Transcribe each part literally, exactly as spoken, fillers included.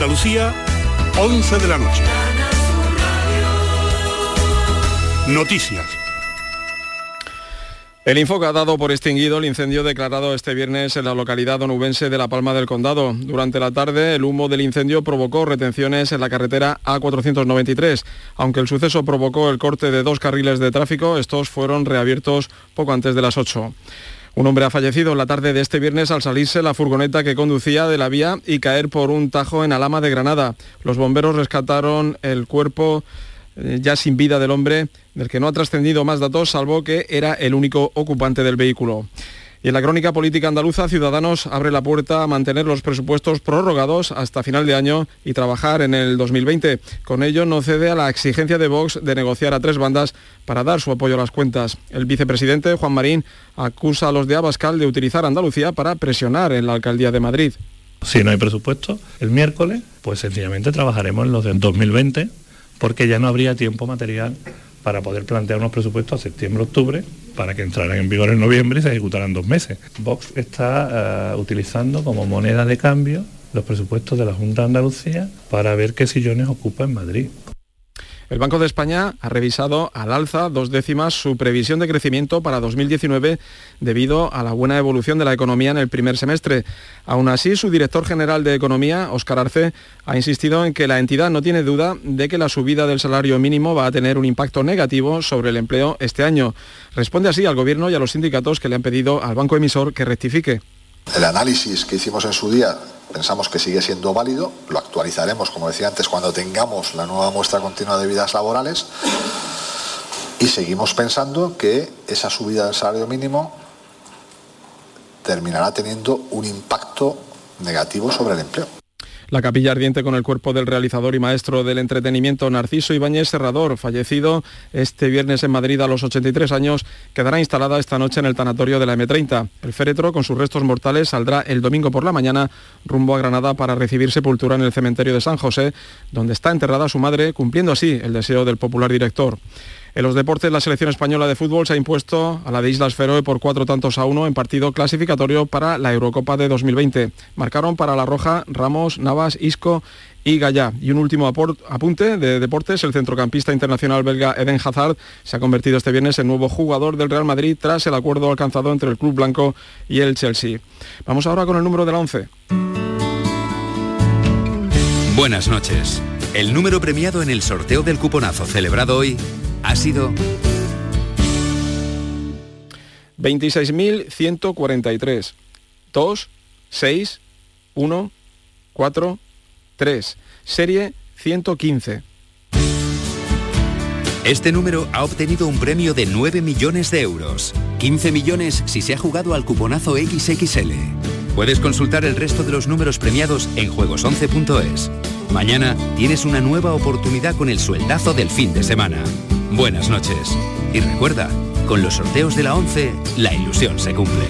Andalucía, once de la noche. Noticias. El Infoca ha dado por extinguido el incendio declarado este viernes en la localidad onubense de La Palma del Condado. Durante la tarde, el humo del incendio provocó retenciones en la carretera A cuatrocientos noventa y tres. Aunque el suceso provocó el corte de dos carriles de tráfico, estos fueron reabiertos poco antes de las ocho. Un hombre ha fallecido en la tarde de este viernes al salirse la furgoneta que conducía de la vía y caer por un tajo en Alhama de Granada. Los bomberos rescataron el cuerpo ya sin vida del hombre, del que no ha trascendido más datos, salvo que era el único ocupante del vehículo. Y en la crónica política andaluza, Ciudadanos abre la puerta a mantener los presupuestos prorrogados hasta final de año y trabajar en el dos mil veinte. Con ello no cede a la exigencia de Vox de negociar a tres bandas para dar su apoyo a las cuentas. El vicepresidente, Juan Marín, acusa a los de Abascal de utilizar Andalucía para presionar en la alcaldía de Madrid. Si no hay presupuesto, el miércoles, pues sencillamente trabajaremos en los del dos mil veinte, porque ya no habría tiempo material para poder plantear unos presupuestos a septiembre-octubre, para que entraran en vigor en noviembre y se ejecutaran dos meses. Vox está uh, utilizando como moneda de cambio los presupuestos de la Junta de Andalucía para ver qué sillones ocupa en Madrid. El Banco de España ha revisado al alza dos décimas su previsión de crecimiento para dos mil diecinueve debido a la buena evolución de la economía en el primer semestre. Aún así, su director general de Economía, Óscar Arce, ha insistido en que la entidad no tiene duda de que la subida del salario mínimo va a tener un impacto negativo sobre el empleo este año. Responde así al Gobierno y a los sindicatos que le han pedido al banco emisor que rectifique. El análisis que hicimos en su día pensamos que sigue siendo válido, lo actualizaremos, como decía antes, cuando tengamos la nueva muestra continua de vidas laborales, y seguimos pensando que esa subida del salario mínimo terminará teniendo un impacto negativo sobre el empleo. La capilla ardiente con el cuerpo del realizador y maestro del entretenimiento Narciso Ibáñez Serrador, fallecido este viernes en Madrid a los ochenta y tres años, quedará instalada esta noche en el tanatorio de la eme treinta. El féretro con sus restos mortales saldrá el domingo por la mañana rumbo a Granada para recibir sepultura en el cementerio de San José, donde está enterrada su madre, cumpliendo así el deseo del popular director. En los deportes, la selección española de fútbol se ha impuesto a la de Islas Feroe por cuatro tantos a uno en partido clasificatorio para la Eurocopa de dos mil veinte. Marcaron para la Roja Ramos, Navas, Isco y Gallá. Y un último apunte de deportes, el centrocampista internacional belga Eden Hazard se ha convertido este viernes en nuevo jugador del Real Madrid tras el acuerdo alcanzado entre el club blanco y el Chelsea. Vamos ahora con el número de la once. Buenas noches. El número premiado en el sorteo del cuponazo celebrado hoy ha sido veintiséis mil ciento cuarenta y tres, dos, seis, uno, cuatro, tres, serie ciento quince. Este número ha obtenido un premio de nueve millones de euros. quince millones si se ha jugado al cuponazo equis equis ele. Puedes consultar el resto de los números premiados en juegos once punto es. Mañana tienes una nueva oportunidad con el sueldazo del fin de semana. Buenas noches. Y recuerda, con los sorteos de la once, la ilusión se cumple.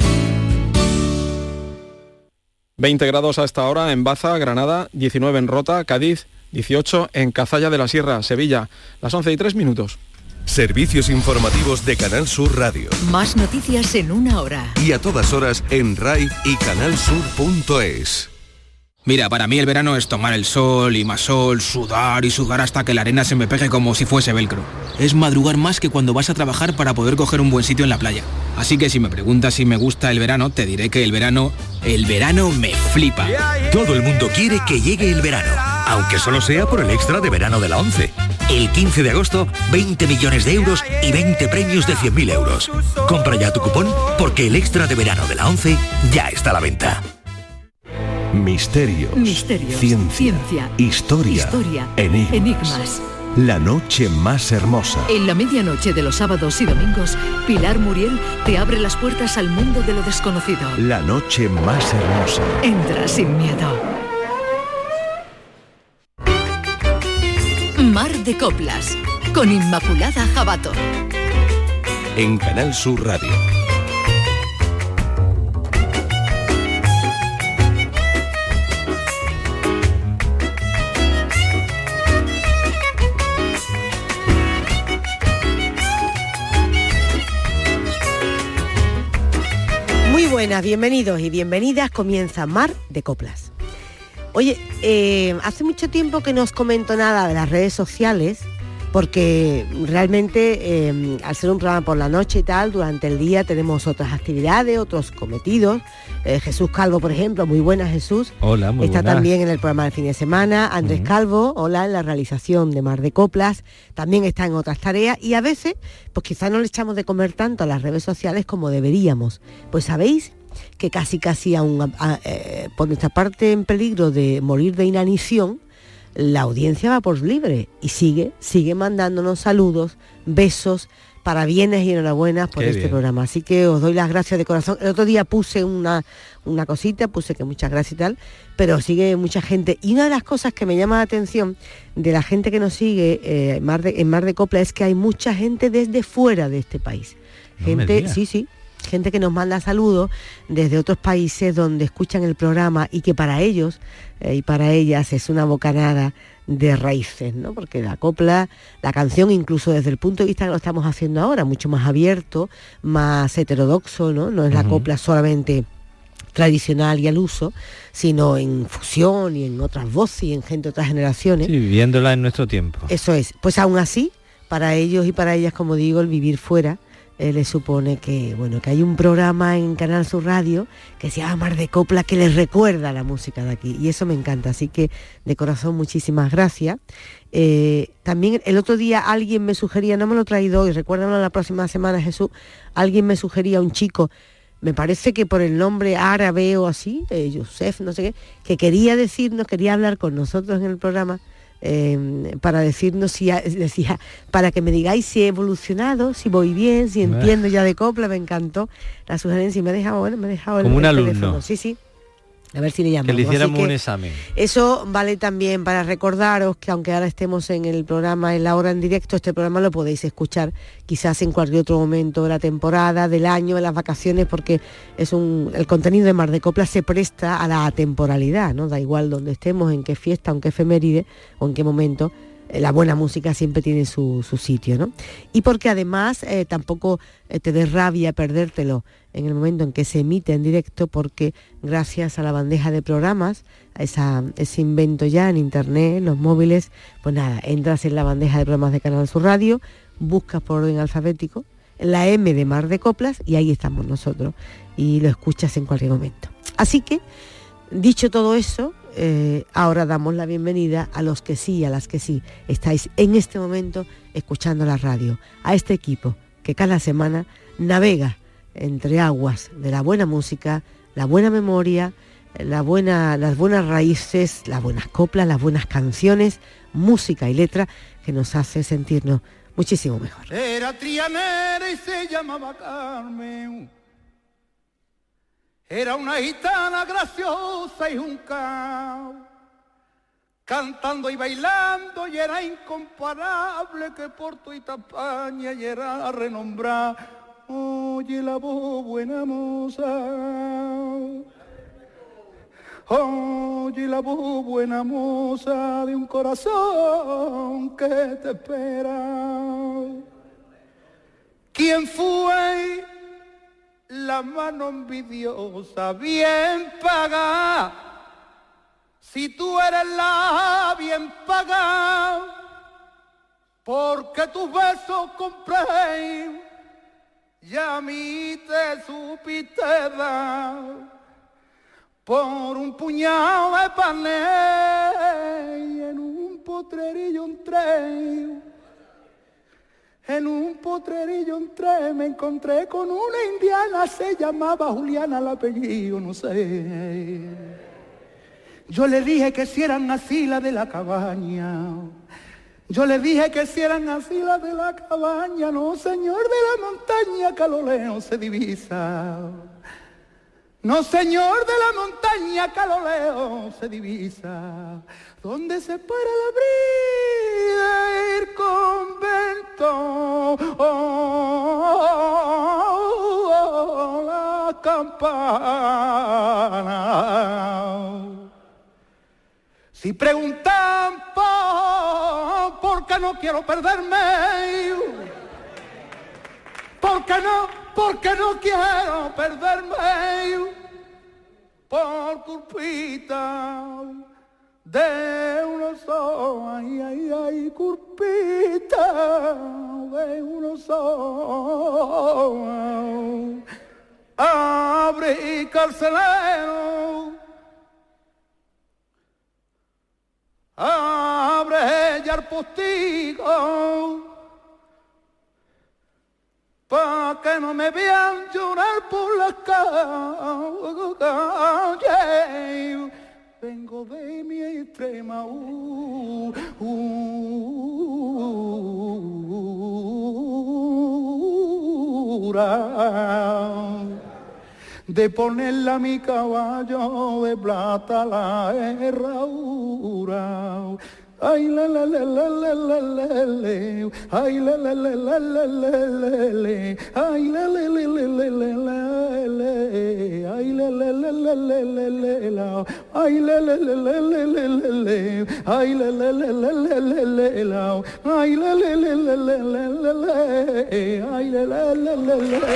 veinte grados a esta hora en Baza, Granada, diecinueve en Rota, Cádiz, dieciocho en Cazalla de la Sierra, Sevilla. Las once y tres minutos. Servicios informativos de Canal Sur Radio. Más noticias en una hora. Y a todas horas en RAI y canal sur punto es. Mira, para mí el verano es tomar el sol y más sol, sudar y sudar hasta que la arena se me pegue como si fuese velcro. Es madrugar más que cuando vas a trabajar para poder coger un buen sitio en la playa. Así que si me preguntas si me gusta el verano, te diré que el verano, el verano me flipa. Todo el mundo quiere que llegue el verano, aunque solo sea por el extra de verano de la once. El quince de agosto, veinte millones de euros y veinte premios de cien mil euros. Compra ya tu cupón porque el extra de verano de la once ya está a la venta. Misterios, Misterios, ciencia, ciencia, historia, historia, enigmas. enigmas. La noche más hermosa. En la medianoche de los sábados y domingos, Pilar Muriel te abre las puertas al mundo de lo desconocido. La noche más hermosa. Entra sin miedo. Mar de Coplas, con Inmaculada Jabato. En Canal Sur Radio. Muy buenas, bienvenidos y bienvenidas. Comienza Mar de Coplas. Oye, eh, hace mucho tiempo que no os comento nada de las redes sociales, porque realmente eh, al ser un programa por la noche y tal, durante el día tenemos otras actividades, otros cometidos. Eh, Jesús Calvo, por ejemplo, muy buena Jesús. Hola, muy Está buenas. también en el programa del fin de semana. Andrés uh-huh. Calvo, hola, en la realización de Mar de Coplas. También está en otras tareas y a veces, pues quizás no le echamos de comer tanto a las redes sociales como deberíamos. Pues sabéis que casi casi aún a, a, eh, por nuestra parte en peligro de morir de inanición, la audiencia va por libre y sigue, sigue mandándonos saludos, besos, parabienes y enhorabuenas por Qué este bien. programa. Así que os doy las gracias de corazón. El otro día puse una, una cosita, puse que muchas gracias y tal, pero sigue mucha gente. Y una de las cosas que me llama la atención de la gente que nos sigue eh, en, Mar de, en Mar de Copla es que hay mucha gente desde fuera de este país. Gente, sí, sí. Gente que nos manda saludos desde otros países donde escuchan el programa y que para ellos eh, y para ellas es una bocanada de raíces, ¿no? Porque la copla, la canción, incluso desde el punto de vista que lo estamos haciendo ahora, mucho más abierto, más heterodoxo, ¿no? No es la uh-huh. copla solamente tradicional y al uso, sino en fusión y en otras voces y en gente de otras generaciones. Sí, viviéndola en nuestro tiempo. Eso es. Pues aún así, para ellos y para ellas, como digo, el vivir fuera Eh, les supone que bueno que hay un programa en Canal Sur Radio que se llama Mar de Copla que les recuerda la música de aquí y eso me encanta, así que de corazón muchísimas gracias. Eh, también el otro día alguien me sugería, no me lo he traído hoy, recuérdalo la próxima semana Jesús, alguien me sugería un chico, me parece que por el nombre árabe o así, eh, Yusef, no sé qué, que quería decirnos, quería hablar con nosotros en el programa. Eh, para decirnos si ha, decía para que me digáis si he evolucionado, si voy bien, si entiendo ya de copla. Me encantó la sugerencia y me ha dejado, bueno, me ha dejado el, como un el alumno. teléfono. Sí, sí. A ver si le llamamos. Que le hiciéramos que un examen. Eso vale también para recordaros que aunque ahora estemos en el programa, en la hora en directo, este programa lo podéis escuchar quizás en cualquier otro momento de la temporada, del año, de las vacaciones, porque es un el contenido de Mar de Copla se presta a la atemporalidad, ¿no? Da igual donde estemos, en qué fiesta, en qué efeméride o en qué momento. La buena música siempre tiene su, su sitio, ¿no? Y porque además eh, tampoco eh, te dé rabia perdértelo en el momento en que se emite en directo, porque gracias a la bandeja de programas, a esa, ese invento ya en internet, en los móviles, pues nada, entras en la bandeja de programas de Canal Sur Radio, buscas por orden alfabético, la M de Mar de Coplas y ahí estamos nosotros y lo escuchas en cualquier momento. Así que, dicho todo eso, Eh, ahora damos la bienvenida a los que sí, a las que sí estáis en este momento escuchando la radio, a este equipo que cada semana navega entre aguas de la buena música, la buena memoria, la buena, las buenas raíces, las buenas coplas, las buenas canciones, música y letra que nos hace sentirnos muchísimo mejor. Era trianera y se llamaba Carmen. Era una gitana graciosa y juncal, cantando y bailando, y era incomparable que por toda España y era renombrada. Oye la voz buena moza, oye la voz buena moza de un corazón que te espera. ¿Quién fue la mano envidiosa bien pagada? Si tú eres la bien pagada, porque tus besos compré, ya a mí te supiste dar por un puñado de panes y en un potrerillo entré. En un potrerillo entré, me encontré con una indiana, se llamaba Juliana, el apellido, no sé. Yo le dije que si eran así las de la cabaña. Yo le dije que si eran así las de la cabaña. No, señor de la montaña, que a lo lejos se divisa. No, señor de la montaña, que a lo lejos se divisa. Donde se para la brida el convento, oh, oh, oh, la campana. Si preguntan por, por qué no quiero perderme, por qué no, por qué no quiero perderme, por culpita de unos ojos, ay, ay, ay, curpita, de unos ojos, abre carcelero, abre ya el postigo, pa' que no me vean llorar por la calle. Vengo de mi extrema uh, uh, de ponerle a mi caballo de plata la herradura. Ay la la la la la la la la, ay la la la la la la la la, ay la la la la la la la la, ay la la la la la la la la, ay la la la la la la la la, ay la la la la la la la la, ay la la la la la la la la, ay la la la la la la.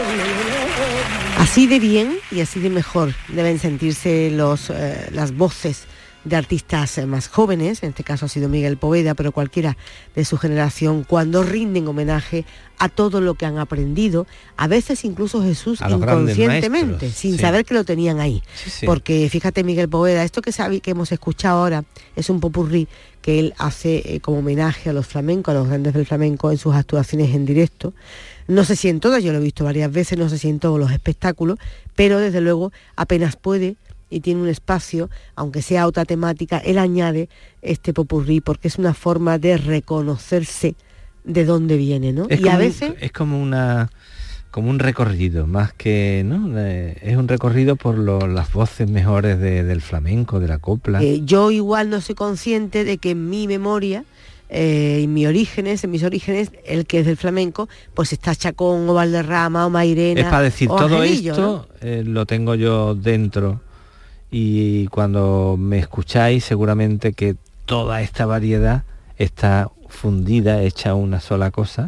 Así de bien y así de mejor deben sentirse los eh, las voces de artistas más jóvenes, en este caso ha sido Miguel Poveda, pero cualquiera de su generación, cuando rinden homenaje a todo lo que han aprendido, a veces incluso Jesús inconscientemente, sin sí. saber que lo tenían ahí. Sí, sí. Porque fíjate, Miguel Poveda, esto que, sabe, que hemos escuchado ahora es un popurrí que él hace eh, como homenaje a los flamencos, a los grandes del flamenco en sus actuaciones en directo. No sé si en todas, yo lo he visto varias veces, no sé si en todos los espectáculos, pero desde luego apenas puede y tiene un espacio, aunque sea otra temática, él añade este popurrí porque es una forma de reconocerse de dónde viene, ¿no? Es y a un, veces es como una como un recorrido, más que, ¿no? Eh, es un recorrido por lo, las voces mejores de, del flamenco, de la copla. Eh, yo igual no soy consciente de que en mi memoria, eh, en mis orígenes, en mis orígenes, el que es del flamenco, pues está Chacón o Valderrama o Mairena. Es para decir, o todo Angelillo, esto ¿no? eh, lo tengo yo dentro. Y cuando me escucháis, seguramente que toda esta variedad está fundida, hecha una sola cosa,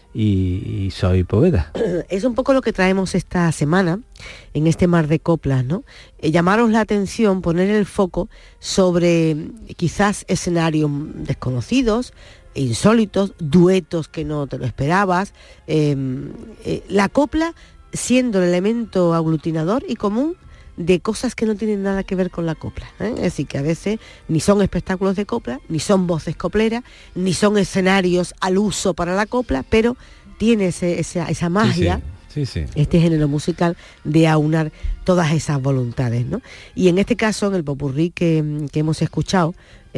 y, y soy Poveda. Es un poco lo que traemos esta semana en este mar de coplas, ¿no? Eh, llamaros la atención, poner el foco sobre quizás escenarios desconocidos, insólitos, duetos que no te lo esperabas, eh, eh, la copla siendo el elemento aglutinador y común de cosas que no tienen nada que ver con la copla, ¿eh? Es decir, que a veces ni son espectáculos de copla, ni son voces copleras, ni son escenarios al uso para la copla, pero tiene ese, esa, esa magia, sí, sí, sí. este género musical, de aunar todas esas voluntades, ¿no? Y en este caso, en el popurrí que, que hemos escuchado,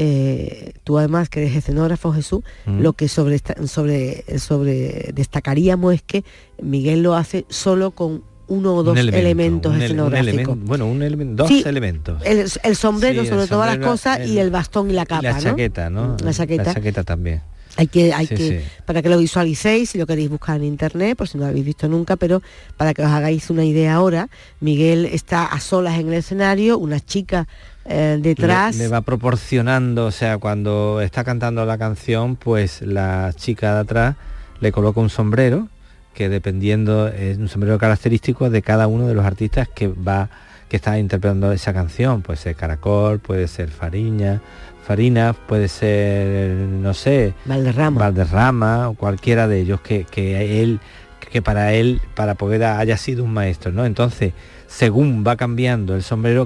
eh, tú además que eres escenógrafo, Jesús, mm. lo que sobre, sobre, sobre destacaríamos es que Miguel lo hace solo con uno o dos elemento, elementos un escenográficos. Un elemento, bueno, un elemento, dos sí, elementos. El, el sombrero sí, sobre el todas sombrero, las cosas el, y el bastón y la capa, y la chaqueta, ¿no? ¿no? La chaqueta. La chaqueta también. Hay que, hay sí, que sí. para que lo visualicéis, si lo queréis buscar en internet, por si no lo habéis visto nunca, pero para que os hagáis una idea ahora, Miguel está a solas en el escenario, una chica eh, detrás. Le, le va proporcionando, o sea, cuando está cantando la canción, pues la chica de atrás le coloca un sombrero, que dependiendo, es un sombrero característico de cada uno de los artistas que va, que está interpretando esa canción. Puede ser Caracol, puede ser Fariña, Farina, puede ser, no sé, Valderrama, Valderrama o cualquiera de ellos que, que él, que para él, para Poveda haya sido un maestro, ¿no? Entonces, según va cambiando el sombrero,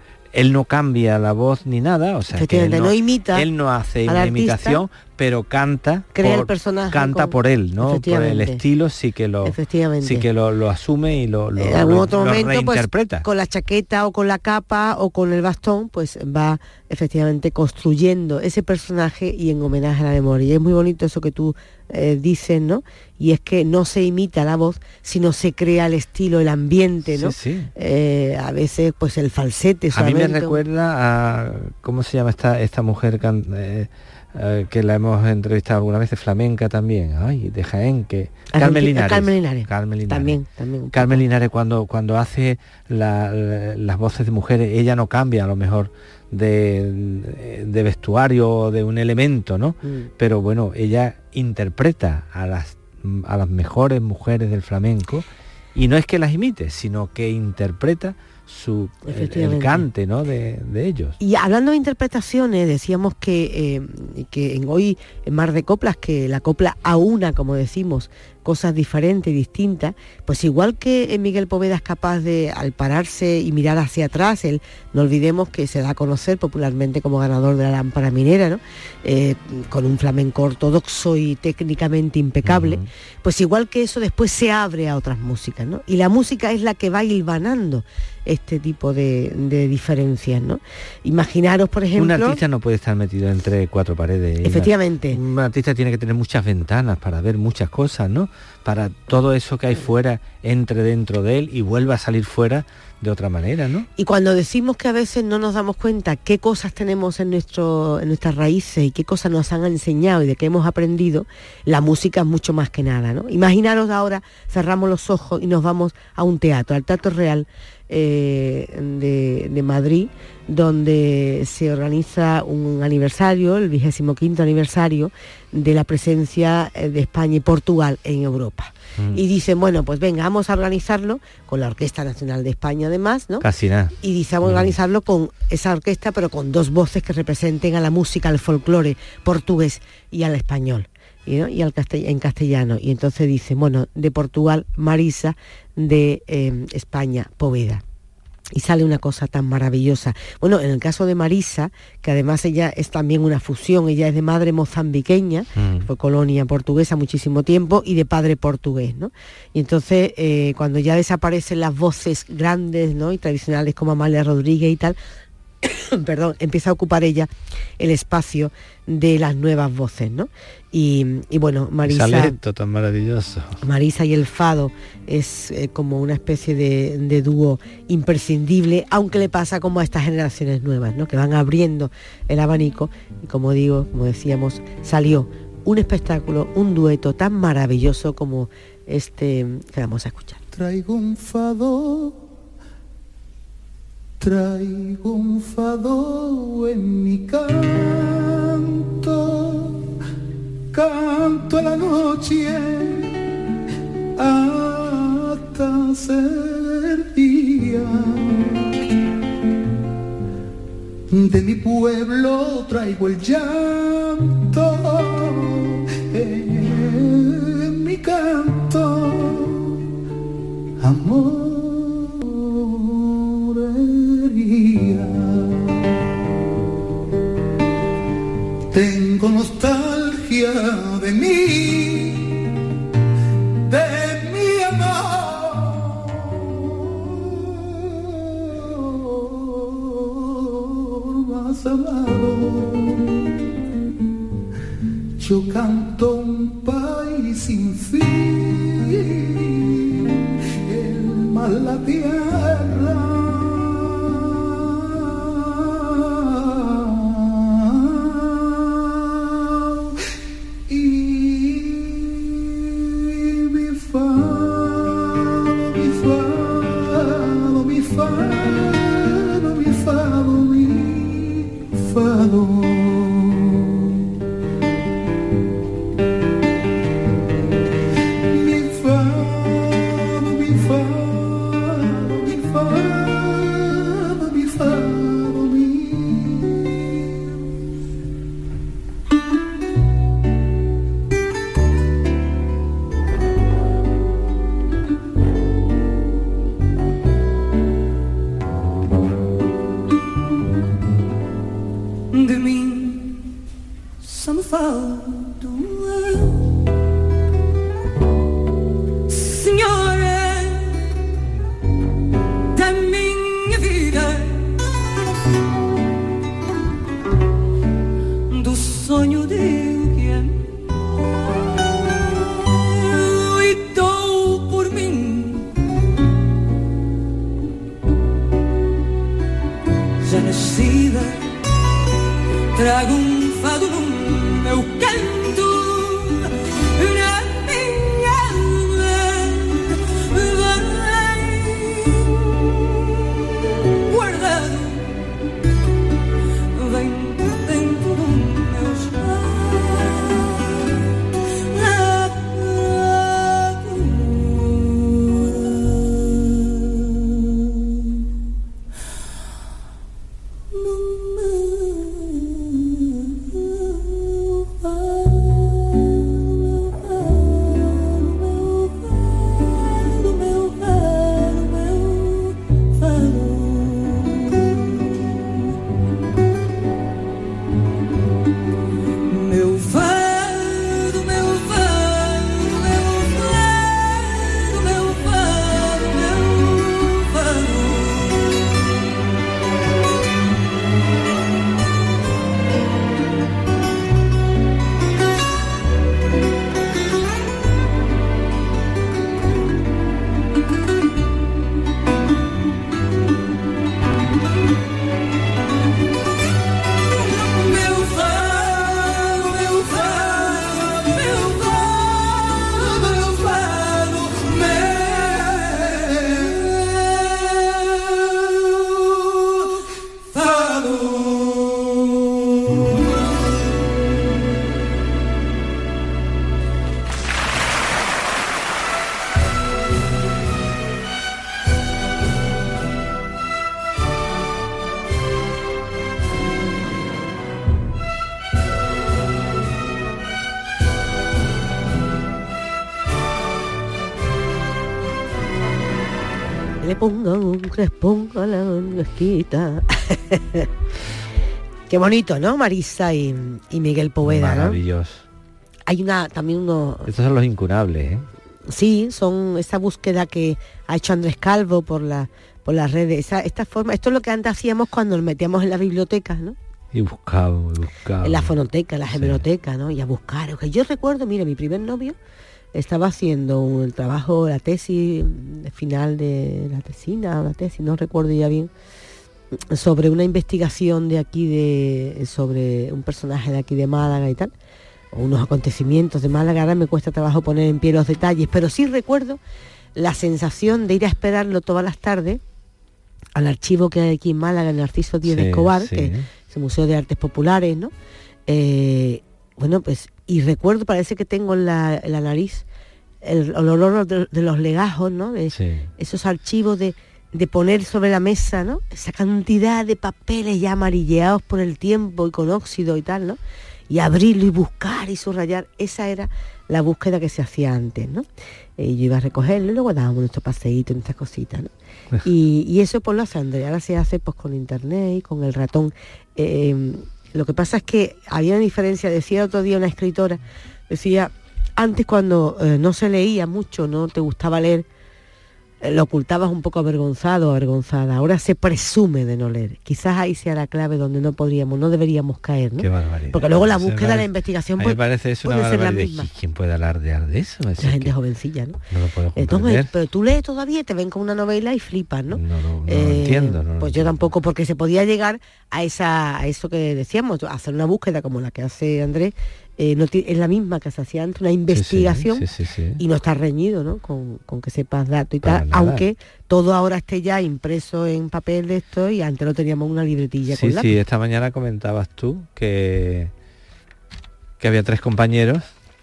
él no cambia la voz ni nada, o sea, que él no, no imita, él no hace una artista, imitación, pero canta, crea por, el personaje, canta con, por él, ¿no? Por el estilo sí que lo, sí que lo, lo asume y lo, lo, en algún lo, otro lo momento, reinterpreta. Pues, con la chaqueta o con la capa o con el bastón, pues va efectivamente construyendo ese personaje y en homenaje a la memoria. Y es muy bonito eso que tú eh, dices, ¿no? Y es que no se imita la voz, sino se crea el estilo, el ambiente, ¿no? Sí, sí. Eh, a veces, pues el falsete. A mí me recuerda a, ¿cómo se llama esta esta mujer can, eh, eh, que la hemos entrevistado alguna vez, flamenca también, ay, de Jaén, que Carmen Linares. Carmen Linares. Carmen Linares. También, también. Carmen Linares cuando cuando hace la, la, las voces de mujeres, ella no cambia a lo mejor de, de vestuario o de un elemento, ¿no? Mm. Pero bueno, ella interpreta a las a las mejores mujeres del flamenco y no es que las imite, sino que interpreta su el, el cante, ¿no? de, de ellos. Y hablando de interpretaciones, decíamos que, eh, que en hoy en Mar de Coplas, que la copla aúna, como decimos, cosas diferentes y distintas, pues igual que Miguel Poveda es capaz de, al pararse y mirar hacia atrás, él, no olvidemos que se da a conocer popularmente como ganador de la lámpara minera, ¿no? Eh, con un flamenco ortodoxo y técnicamente impecable, uh-huh. Pues igual que eso después se abre a otras músicas, ¿no? Y la música es la que va hilvanando este tipo de, de diferencias, ¿no? Imaginaros, por ejemplo... Un artista no puede estar metido entre cuatro paredes. Efectivamente. Una, un artista tiene que tener muchas ventanas para ver muchas cosas, ¿no? Para todo eso que hay fuera entre dentro de él y vuelva a salir fuera de otra manera, ¿no? Y cuando decimos que a veces no nos damos cuenta qué cosas tenemos en, nuestro, en nuestras raíces y qué cosas nos han enseñado y de qué hemos aprendido, la música es mucho más que nada, ¿no? Imaginaros ahora, cerramos los ojos y nos vamos a un teatro, al Teatro Real eh, de, de Madrid, donde se organiza un aniversario, el vigésimo quinto aniversario de la presencia de España y Portugal en Europa. Mm. Y dicen, bueno, pues venga, vamos a organizarlo con la Orquesta Nacional de España además, ¿no? Casi nada. Y dicen, vamos a organizarlo con esa orquesta, pero con dos voces que representen a la música, al folclore portugués y al español, ¿no? Y al castell- en castellano. Y entonces dicen, bueno, de Portugal, Marisa, de eh, España, Poveda. Y sale una cosa tan maravillosa. Bueno, en el caso de Marisa, que además ella es también una fusión, ella es de madre mozambiqueña, mm. fue colonia portuguesa muchísimo tiempo, y de padre portugués, ¿no? Y entonces, eh, cuando ya desaparecen las voces grandes, ¿no? y tradicionales como Amalia Rodríguez y tal, perdón, empieza a ocupar ella el espacio de las nuevas voces, ¿no? Y, y bueno, Marisa... Salento tan maravilloso. Marisa y el fado es eh, como una especie de, de dúo imprescindible, aunque le pasa como a estas generaciones nuevas, ¿no? Que van abriendo el abanico y, como digo, como decíamos, salió un espectáculo, un dueto tan maravilloso como este que vamos a escuchar. Traigo un fado, traigo un fado en mi canto, canto a la noche hasta ser día. De mi pueblo traigo el llanto en mi canto, amor. Tengo nostalgia de mí, de mi amor más amado. Yo canto un país sin fin, el mar, la tierra. le ponga un crespón a la mezquita. Qué bonito, ¿no? Marisa y, y Miguel Poveda, ¿no? Maravilloso. Hay una, también uno... Estos son los incunables, ¿eh? Sí, son esa búsqueda que ha hecho Andrés Calvo por la por las redes. Esa, esta forma, esto es lo que antes hacíamos cuando nos metíamos en las bibliotecas, ¿no? Y buscábamos, y buscábamos. En la fonoteca, en la hemeroteca, sí. ¿no? Y a buscar. Que yo recuerdo, mira, mi primer novio estaba haciendo un, el trabajo, la tesis de final de la tesina, la tesis, no recuerdo ya bien, sobre una investigación de aquí, de sobre un personaje de aquí de Málaga y tal, o unos acontecimientos de Málaga. Ahora me cuesta trabajo poner en pie los detalles, pero sí recuerdo la sensación de ir a esperarlo todas las tardes al archivo que hay aquí en Málaga, el Narciso Díez Sí, de Escobar, sí. que es el Museo de Artes Populares, ¿no? Eh, bueno, pues, y recuerdo, parece que tengo en la, en la nariz el, el olor de, de los legajos, ¿no? De Sí. esos archivos de, de poner sobre la mesa, ¿no? Esa cantidad de papeles ya amarilleados por el tiempo y con óxido y tal, ¿no? Y abrirlo y buscar y subrayar. Esa era la búsqueda que se hacía antes, ¿no? Eh, yo iba a recogerlo y luego dábamos nuestro paseíto, nuestras cositas, ¿no? Y, y eso pues lo hace Andrés. Ahora se hace pues con internet y con el ratón. Eh, lo que pasa es que había una diferencia. Decía otro día una escritora, decía, antes cuando eh, no se leía mucho, no te gustaba leer, eh, lo ocultabas un poco avergonzado o avergonzada. Ahora se presume de no leer. Quizás ahí sea la clave donde no podríamos, no deberíamos caer, ¿no? Qué barbaridad. Porque luego la Se búsqueda, parece- la investigación a mí puede, me parece eso una puede ser la barbaridad. misma. ¿Quién puede alardear de eso? Es La gente que jovencilla, ¿no? no lo puedo Entonces, comprender. pero tú lees todavía y te ven con una novela y flipas, ¿no? No, no, no Eh, lo entiendo. No lo pues yo tampoco, porque se podía llegar a esa a eso que decíamos, hacer una búsqueda como la que hace Andrés, eh, no ti- es la misma que se hacía antes, una investigación, sí, sí, sí, sí. y no está reñido, ¿no? Con, con que sepas datos y Para tal, nada. aunque todo ahora esté ya impreso en papel de esto, y antes lo teníamos una libretilla Sí, con lápiz. sí, esta mañana comentabas tú que, que había tres compañeros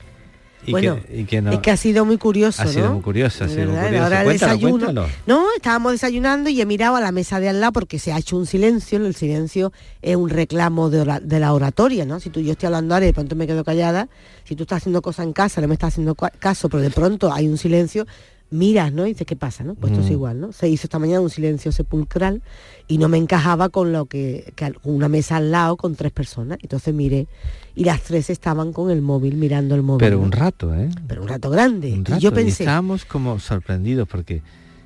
y, Bueno, que, y que no... es que ha sido muy curioso, Ha ¿no? sido muy curioso, ha De sido muy verdad, curioso. ahora el Cuéntalo, desayuno. cuéntalo. No, estábamos desayunando y he mirado a la mesa de al lado porque se ha hecho un silencio. El silencio es un reclamo de, ora- de la oratoria, ¿no? Si tú yo estoy hablando ahora y de pronto me quedo callada, si tú estás haciendo cosas en casa, no me estás haciendo cua- caso, pero de pronto hay un silencio, miras, ¿no? Y dices, ¿qué pasa, no? Pues esto es Mm. igual, ¿no? Se hizo esta mañana un silencio sepulcral y no me encajaba con lo que, que al- una mesa al lado con tres personas. Entonces miré y las tres estaban con el móvil, mirando el móvil. Pero ¿no? un rato, ¿eh? Pero un rato grande. Un Y rato, yo y pensé, estábamos como sorprendidos porque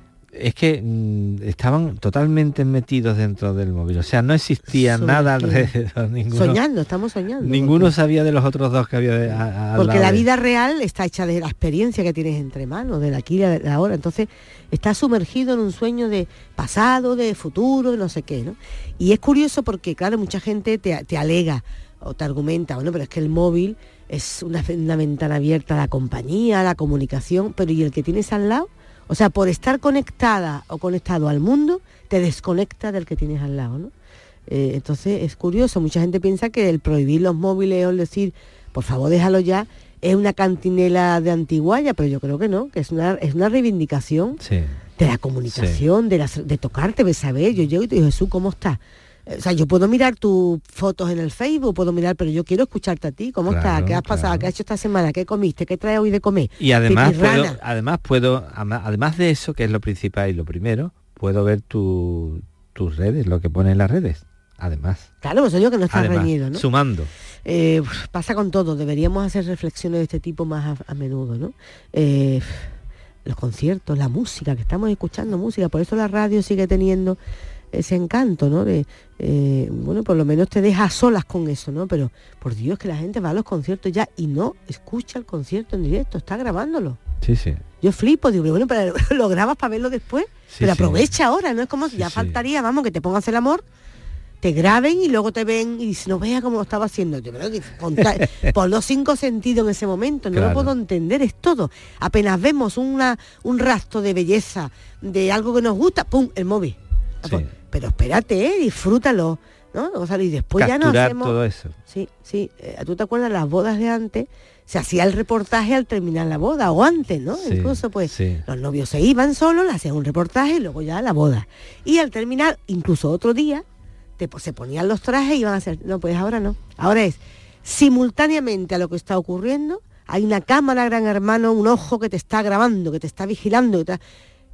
es que mm, estaban totalmente metidos dentro del móvil. O sea, no existía Sobre nada todo. alrededor. Ninguno, soñando, estamos soñando. ninguno porque- sabía de los otros dos que había de- a- al Porque lado la de- vida real está hecha de la experiencia que tienes entre manos, de la aquí y de la ahora. Entonces, estás sumergido en un sueño de pasado, de futuro, de no sé qué, ¿no? Y es curioso porque, claro, mucha gente te, te alega o te argumenta, bueno, pero es que el móvil es una, una ventana abierta a la compañía, a la comunicación, pero ¿y el que tienes al lado? O sea, por estar conectada o conectado al mundo, te desconecta del que tienes al lado, ¿no? Eh, entonces es curioso, mucha gente piensa que el prohibir los móviles o el decir, por favor déjalo ya, es una cantinela de antiguaya, pero yo creo que no, que es una, es una reivindicación Sí. de la comunicación, de, la, de tocarte, de saber. Yo llego y te digo, Jesús, ¿cómo estás? Eh, O sea, yo puedo mirar tus fotos en el Facebook, puedo mirar, pero yo quiero escucharte a ti. ¿Cómo Claro, estás? ¿Qué has pasado? claro. ¿Qué has hecho esta semana? ¿Qué comiste? ¿Qué traes hoy de comer? Y además puedo, Pipirrana. además puedo, ama- además de eso, que es lo principal y lo primero, puedo ver tu, tus redes, lo que pones en las redes. Además. Claro, pues yo que no estás Además, reñido, ¿no? sumando. Eh, pasa con todo, deberíamos hacer reflexiones de este tipo más a, a menudo, ¿no? Eh, los conciertos, la música, que estamos escuchando música, por eso la radio sigue teniendo ese encanto, ¿no? De, eh, bueno, por lo menos te deja a solas con eso, ¿no? Pero, por Dios, que la gente va a los conciertos ya y no escucha el concierto en directo, está grabándolo. Sí, sí. Yo flipo, digo, bueno, pero lo grabas para verlo después, Sí, pero sí. aprovecha ahora, no es como si ya sí. faltaría, vamos, que te pongas el amor, te graben y luego te ven y dices, no vea cómo lo estaba haciendo. Yo creo que contra- por los cinco sentidos en ese momento, no Claro. lo puedo entender, es todo. Apenas vemos una, un rastro de belleza, de algo que nos gusta, ¡pum!, el móvil. Sí. Pero espérate, ¿eh? Disfrútalo, ¿no? O sea, y después ya no Capturar hacemos... todo eso. Sí, sí. Eh, ¿tú te acuerdas las bodas de antes? Se hacía el reportaje al terminar la boda, o antes, ¿no? Sí, Incluso, pues, sí. los novios se iban solos, le hacían un reportaje y luego ya la boda. Y al terminar, incluso otro día, te, pues, se ponían los trajes y iban a hacer... No, pues ahora no. Ahora es, simultáneamente a lo que está ocurriendo, hay una cámara, gran hermano, un ojo que te está grabando, que te está vigilando, que te-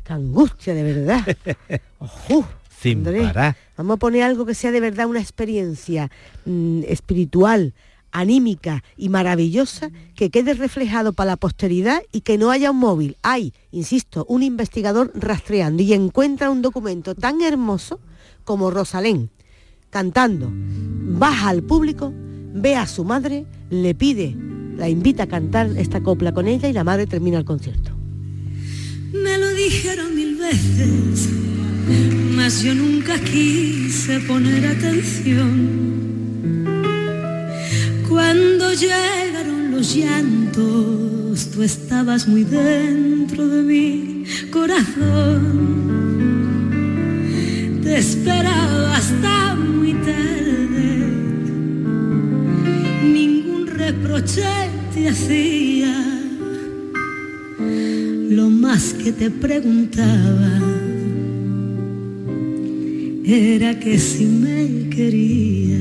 qué angustia, de verdad. Ojo, Sin Andrés, parar. vamos a poner algo que sea de verdad una experiencia mmm, espiritual, anímica y maravillosa, que quede reflejado para la posteridad y que no haya un móvil. Hay, insisto, un investigador rastreando y encuentra un documento tan hermoso como Rosalén cantando. Baja al público, ve a su madre, le pide, la invita a cantar esta copla con ella y la madre termina el concierto. Me lo dijeron mil veces, mas yo nunca quise poner atención. Cuando llegaron los llantos, tú estabas muy dentro de mi corazón. Te esperaba hasta muy tarde, ningún reproche te hacía. Lo más que te preguntaba era que si me querías.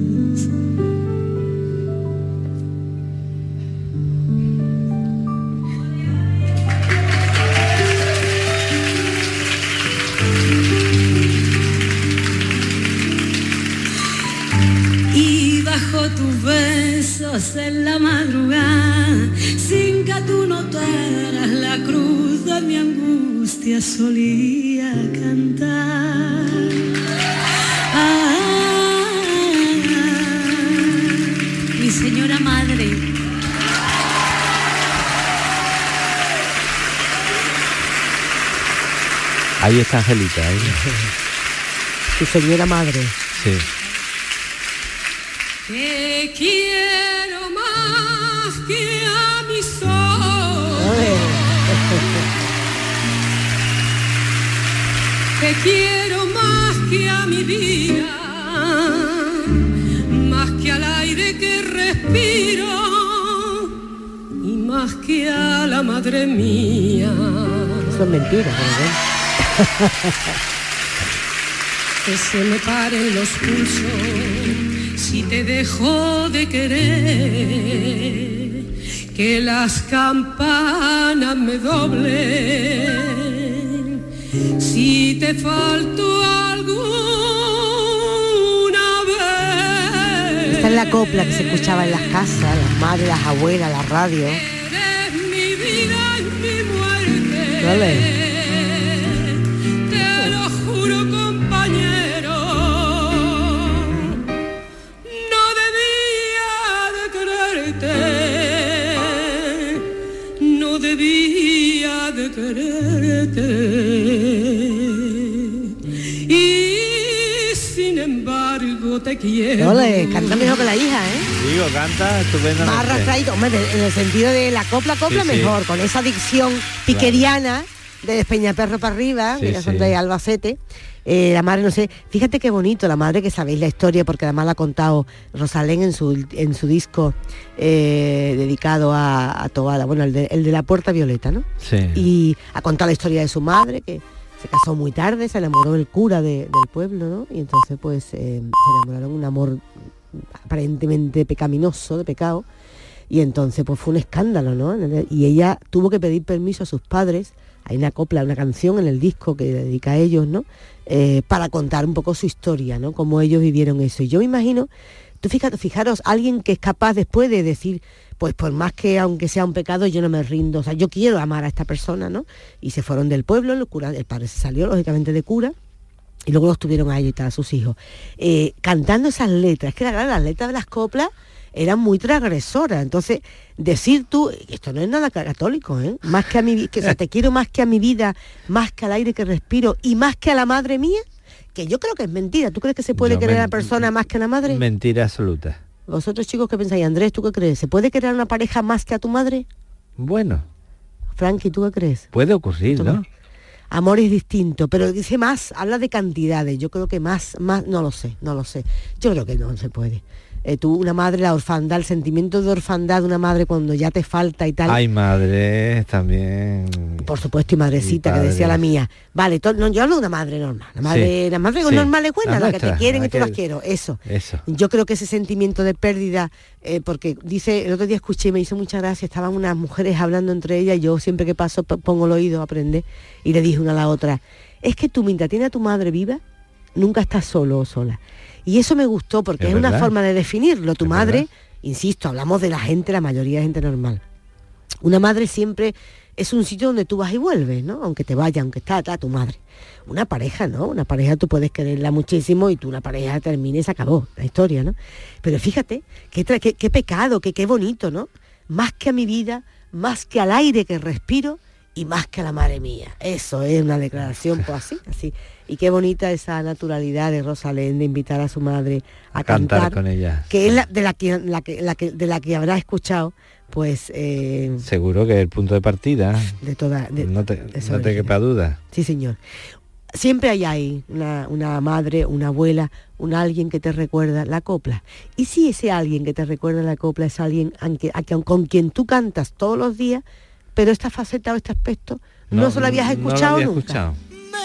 Tus besos en la madrugada, sin que tú notaras la cruz de mi angustia, solía cantar. Ah, mi señora madre. Ahí está Angelita, ¿eh? Tu señora madre. Sí. Te quiero más que a mi sol. Te quiero más que a mi vida, más que al aire que respiro y más que a la madre mía. Eso es mentira, ¿verdad? Que se me paren los pulsos si te dejo de querer, que las campanas me doblen, si te falto alguna vez. Esta es la copla que se escuchaba en las casas, las madres, las abuelas, la radio. Eres mi vida y mi muerte. Vale. Te lo juro, compañero. No debía de quererte y sin embargo te quiero. Ole, canta mejor que la hija, ¿eh? Digo, canta estupendamente. Más arrastradito, hombre, en el sentido de la copla, copla Sí, sí. mejor, con esa dicción piqueriana de Despeñaperro para arriba, Sí, que ya son sí. de Albacete. Eh, la madre, no sé, fíjate qué bonito, la madre, que sabéis la historia, porque además la ha contado Rosalén en su en su disco eh, dedicado a, a Tobala, bueno, el de, el de La Puerta Violeta, ¿no? Sí. Y ha contado la historia de su madre, que se casó muy tarde, se enamoró del cura de, del pueblo, ¿no? Y entonces pues eh, se enamoraron, un amor aparentemente pecaminoso, de pecado, y entonces pues fue un escándalo, ¿no? Y ella tuvo que pedir permiso a sus padres. Hay una copla, una canción en el disco que dedica a ellos, ¿no? Eh, para contar un poco su historia, ¿no? Cómo ellos vivieron eso. Y yo me imagino, tú fíjate, fijaros, alguien que es capaz después de decir, pues por más que aunque sea un pecado, yo no me rindo, o sea, yo quiero amar a esta persona, ¿no? Y se fueron del pueblo, el cura, el padre se salió, lógicamente, de cura, y luego los tuvieron a ellos y tal, a sus hijos. Eh, cantando esas letras, es que claro, las letras de las coplas eran muy transgresoras. Entonces, decir tú, esto no es nada católico, ¿eh? Más que a mi, que, o sea, te quiero más que a mi vida, más que al aire que respiro y más que a la madre mía, que yo creo que es mentira. ¿Tú crees que se puede Yo querer men- a la persona más que a la madre? Mentira absoluta. Vosotros, chicos, ¿qué pensáis? Andrés, ¿tú qué crees? ¿Se puede querer a una pareja más que a tu madre? Bueno, Frankie, ¿tú qué crees? puede ocurrir, ¿no? Amor es distinto, pero dice más, habla de cantidades. Yo creo que más, más, no lo sé, no lo sé. Yo creo que no se puede. eh, tú, una madre, la orfandad, el sentimiento de orfandad de una madre cuando ya te falta y tal. Hay madres también. Por supuesto, y madrecita, que decía la mía. Vale, to, no, yo hablo de una madre normal. La madre, sí, la madre sí, normal es buena, la, la nuestra, que te quieren y tú las quiero. Eso. Eso. Yo creo que ese sentimiento de pérdida, eh, porque dice, el otro día escuché y me hizo mucha gracia, estaban unas mujeres hablando entre ellas, yo siempre que paso pongo el oído a aprender, y le dije una a la otra, es que tú mientras tienes a tu madre viva, nunca estás solo o sola. Y eso me gustó porque es, es una forma de definirlo. Tu es madre, verdad. Insisto, hablamos de la gente, la mayoría de gente normal. Una madre siempre es un sitio donde tú vas y vuelves, ¿no? Aunque te vaya, aunque está atrás tu madre. Una pareja, ¿no? Una pareja tú puedes quererla muchísimo y tú una pareja termina y se acabó la historia, ¿no? Pero fíjate, qué, tra- qué, qué pecado, qué, qué bonito, ¿no? Más que a mi vida, más que al aire que respiro y más que a la madre mía. Eso es una declaración, pues así, así. Y qué bonita esa naturalidad de Rosalén de invitar a su madre a, a cantar, cantar con ella. Que es la de la que, la que, la que de la que habrá escuchado, pues eh, seguro que es el punto de partida. De toda. De, no te, no te quepa duda. Sí, señor. Siempre hay ahí una, una madre, una abuela, un alguien que te recuerda la copla. Y si ese alguien que te recuerda la copla es alguien aunque, aunque, con quien tú cantas todos los días, pero esta faceta o este aspecto no, no se lo habías escuchado no lo había nunca. Escuchado.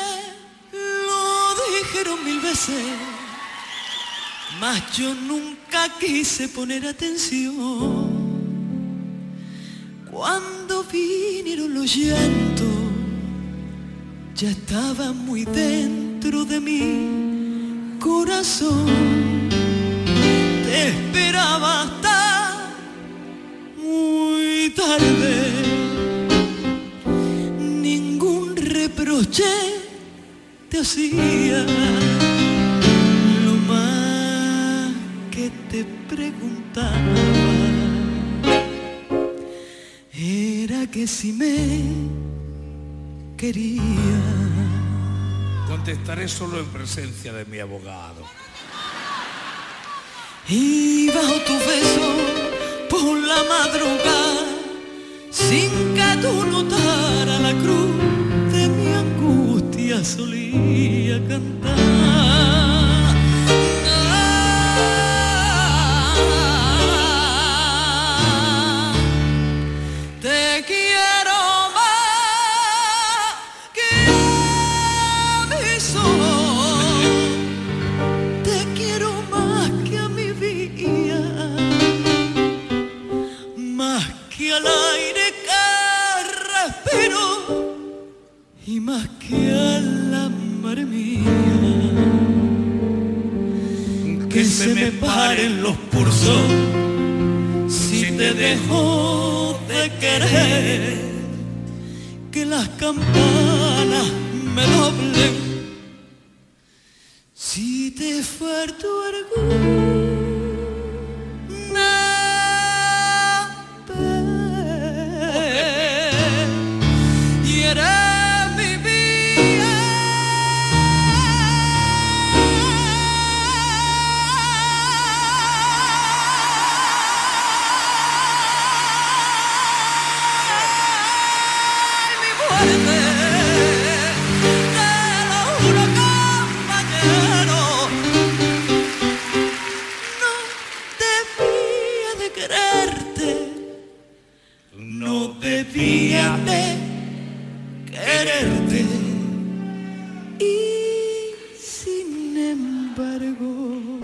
Dijeron mil veces, mas yo nunca quise poner atención. Cuando vinieron los llantos, ya estaba muy dentro de mi corazón. Te esperaba hasta muy tarde, ningún reproche te hacía, lo más que te preguntaba era que si me quería. Contestaré solo en presencia de mi abogado. Y bajo tu beso por la madrugada, sin que tú notaras la cruz de mi angustia, solía cantar. Ah, te quiero más que a mi sol, te quiero más que a mi vida, más que al aire que respiro y más que a la madre mía. Que se me paren los pulsos si te dejo de querer, que las campanas me doblen si te falto orgullo. Debía de quererte y sin embargo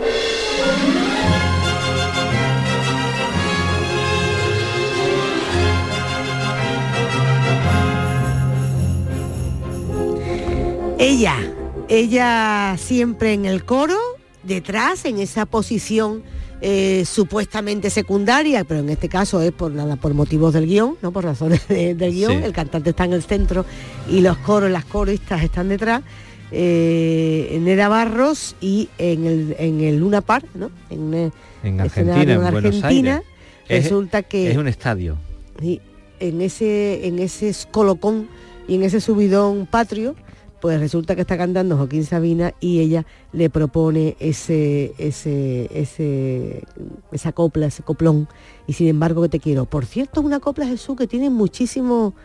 ella, ella siempre en el coro, detrás, en esa posición Eh, supuestamente secundaria, pero en este caso es por nada, por motivos del guión, no por razones de, del guión. Sí. El cantante está en el centro y los coros, las coristas están detrás. Eh, Neda Barros y en el en el Luna Park, ¿no? En, en Argentina, en Buenos Aires. Resulta es, que es un estadio. Y en ese en ese colocón y en ese subidón patrio, pues resulta que está cantando Joaquín Sabina y ella le propone ese, ese, ese, esa copla, ese coplón, y sin embargo que te quiero. Por cierto, una copla, Jesús, que tiene muchísimo,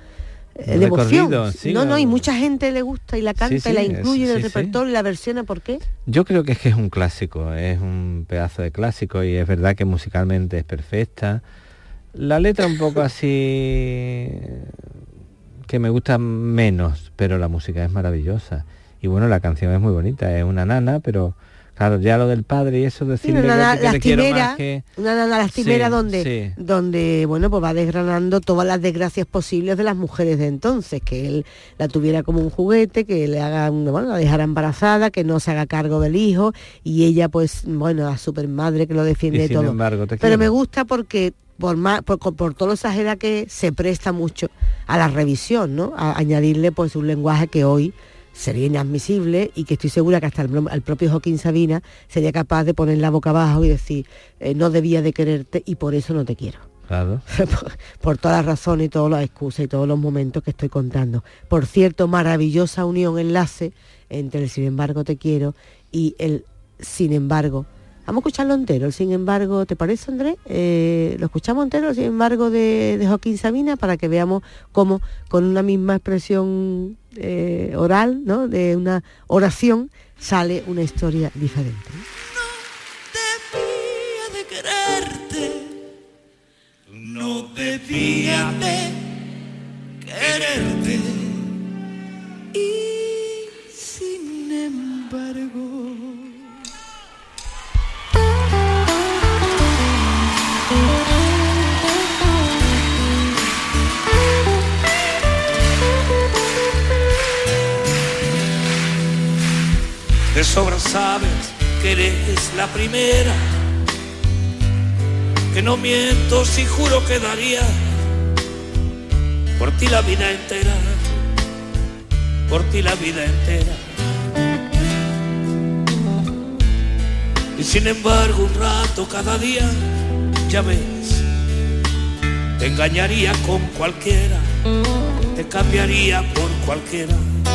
eh, de emoción. Sí, no, o... no, y mucha gente le gusta y la canta sí, sí, y la incluye es, en el sí, repertorio sí. y la versiona, ¿por qué? Yo creo que es que es un clásico, es un pedazo de clásico y es verdad que musicalmente es perfecta. La letra un poco así que me gusta menos, pero la música es maravillosa. Y bueno, la canción es muy bonita, es una nana, pero claro, ya lo del padre y eso, decirle sí, una nana que, que le quiero más lastimera, que... una nana lastimera Sí, donde, sí. donde, bueno, pues va desgranando todas las desgracias posibles de las mujeres de entonces, que él la tuviera como un juguete, que le haga, bueno, la dejara embarazada, que no se haga cargo del hijo, y ella, pues, bueno, la supermadre que lo defiende Y de sin todo. embargo, te Pero quiero. me gusta porque por más por, por todo lo exagera que se presta mucho a la revisión, ¿no? A añadirle pues un lenguaje que hoy sería inadmisible y que estoy segura que hasta el, el propio Joaquín Sabina sería capaz de poner la boca abajo y decir eh, no debía de quererte y por eso no te quiero. Claro. por, por todas las razones y todas las excusas y todos los momentos que estoy contando. Por cierto, maravillosa unión, enlace entre el sin embargo te quiero y el sin embargo. Vamos a escucharlo entero, el sin embargo, ¿te parece, Andrés? Eh, lo escuchamos entero, el sin embargo, de, de Joaquín Sabina, para que veamos cómo con una misma expresión eh, oral, ¿no? De una oración, sale una historia diferente. No debía de quererte, no debía de quererte, y sin embargo... De sobra sabes que eres la primera, que no miento si juro que daría por ti la vida entera, por ti la vida entera. Y sin embargo un rato cada día, ya ves, te engañaría con cualquiera, te cambiaría por cualquiera.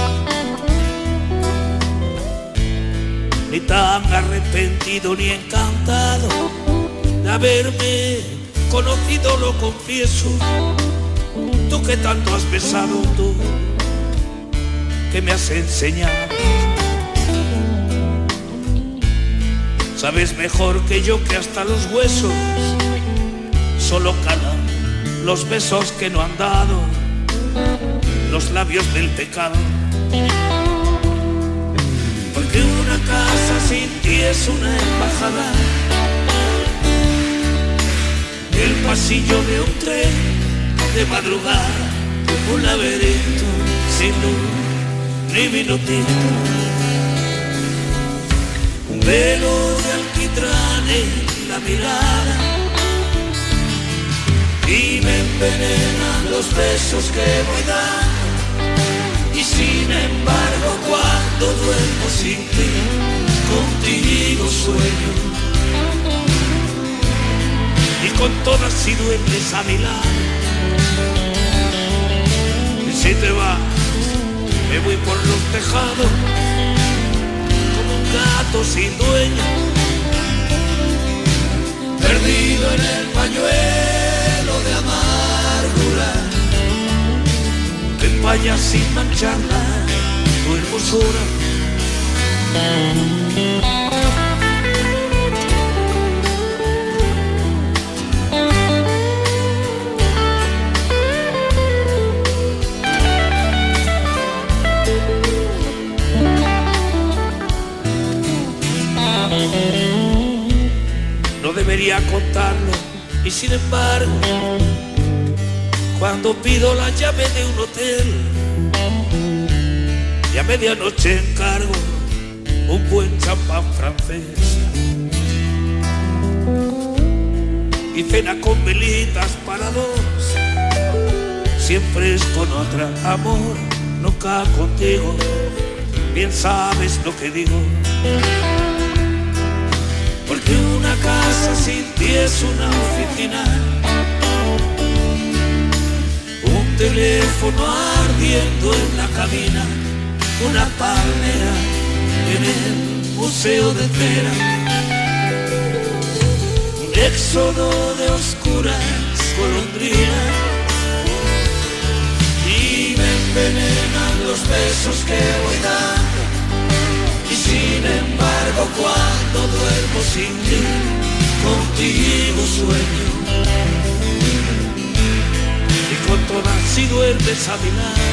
Ni tan arrepentido ni encantado de haberme conocido, lo confieso. Tú que tanto has besado, tú que me has enseñado. Sabes mejor que yo que hasta los huesos solo calan los besos que no han dado los labios del pecado. Porque una casa sin ti es una embajada, el pasillo de un tren de madrugada, un laberinto sin luz ni minutito, un velo de alquitrán en la mirada, y me envenenan los besos que voy dando. Y sin embargo cuando duermo sin ti, contigo sueño. Y con todas si duermes a mi lado. Y si te vas, me voy por los tejados, como un gato sin dueño, perdido en el pañuelo de amargura. Vaya sin mancharla tu hermosura. No debería contarlo y sin embargo, cuando pido la llave de un hotel y a medianoche encargo un buen champán francés y cena con velitas para dos, siempre es con otra, amor, nunca contigo, bien sabes lo que digo. Porque una casa sin ti es una oficina, un teléfono ardiendo en la cabina, una palmera en el museo de cera, un éxodo de oscuras golondrinas y los besos que voy dando, y sin embargo cuando duermo sin ti, contigo sueño. Y con todas si duermes a mi lado,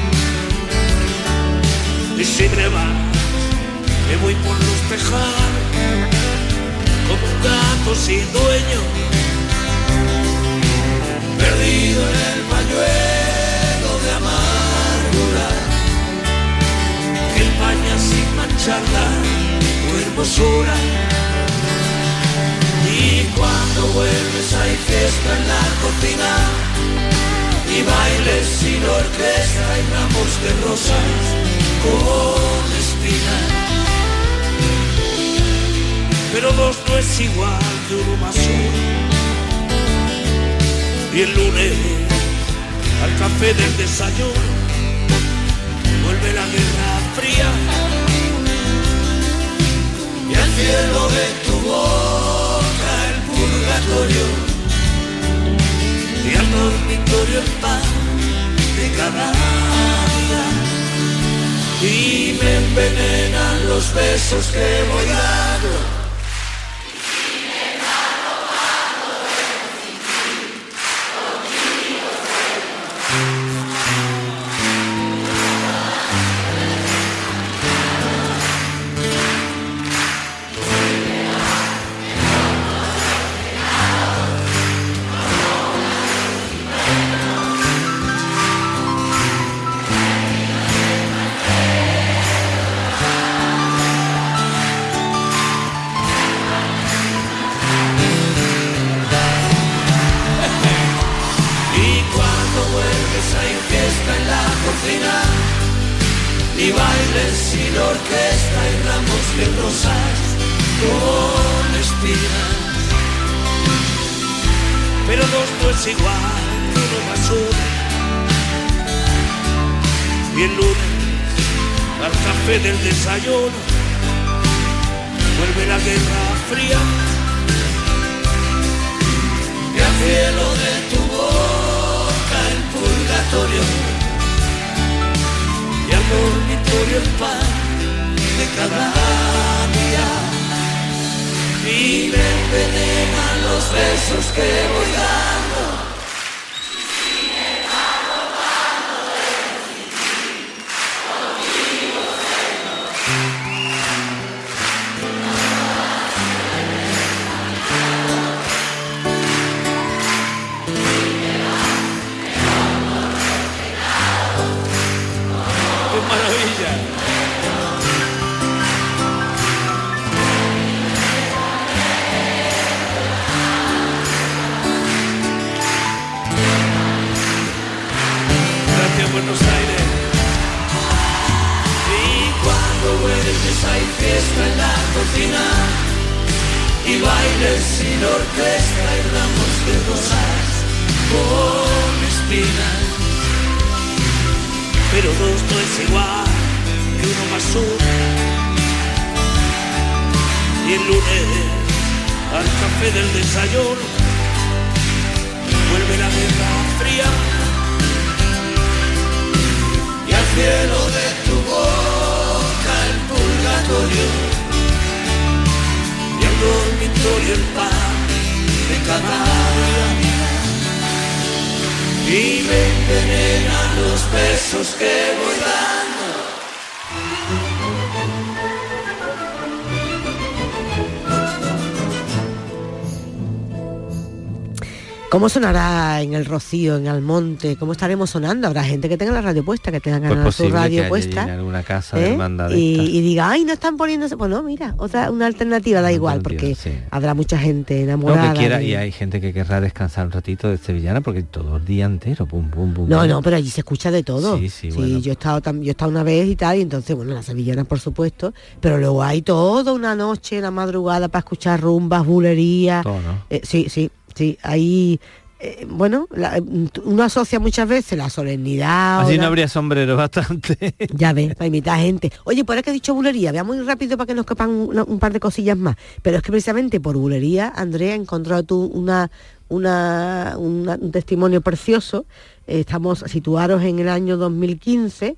y si me vas, me voy por los tejados, como un gato sin dueño, perdido en el pañuelo de amargura, que empaña sin mancharla tu hermosura. Y cuando vuelves hay fiesta en la cocina, y bailes sin orquesta y ramos de rosas con espinas. Pero dos no es igual que uno más uno. Y el lunes al café del desayuno vuelve la guerra fría, y al cielo de tu boca el purgatorio, y al dormitorio el pan de cada día. Y me envenenan los besos que voy dando. Y bailes sin orquesta y ramos de rosas con espinas. Pero dos no es igual que uno más uno. Y el lunes al café del desayuno vuelve la guerra fría, y al cielo de tu boca el purgatorio, y al dormitorio el pan de cada día. Y me envenenan los besos que voy dando. Buenos Aires. Y cuando vuelves hay fiesta en la cocina, y bailes sin orquesta y ramos de rosas con espinas. Pero dos no es igual que uno más uno. Y el lunes al café del desayuno vuelve la guerra fría, y al cielo de tu boca el purgatorio, y al dormitorio el pan de cada día. Y me envenenan los besos que voy dando. ¿Cómo sonará en el Rocío, en Almonte? ¿Cómo estaremos sonando? Habrá gente que tenga la radio puesta, que tenga pues su radio que puesta. En alguna casa ¿eh? de hermandad de y, estas. y diga, ay, no están poniéndose. Pues no, mira, otra una alternativa, da igual, porque sí. habrá mucha gente No, enamorada. que quiera, de... y hay gente que querrá descansar un ratito de Sevillana, porque todo el día entero, pum, pum, pum. No, pum. no, pero allí se escucha de todo. Sí, sí, sí bueno. yo he estado tam- yo he estado una vez y tal, y entonces, bueno, las sevillanas, por supuesto, pero luego hay toda una noche, una madrugada para escuchar rumbas, bulerías. Todo, ¿no? Eh, sí, sí, sí, ahí... Eh, bueno, la, uno asocia muchas veces la solemnidad. Allí la... no habría sombrero bastante. Ya ves, para imitar gente. Oye, por ahora que he dicho bulería, veamos muy rápido para que nos quepan un, un par de cosillas más. Pero es que precisamente por bulería, Andrea, he encontrado tú una, una, una, un testimonio precioso. Eh, estamos situados en el año dos mil quince.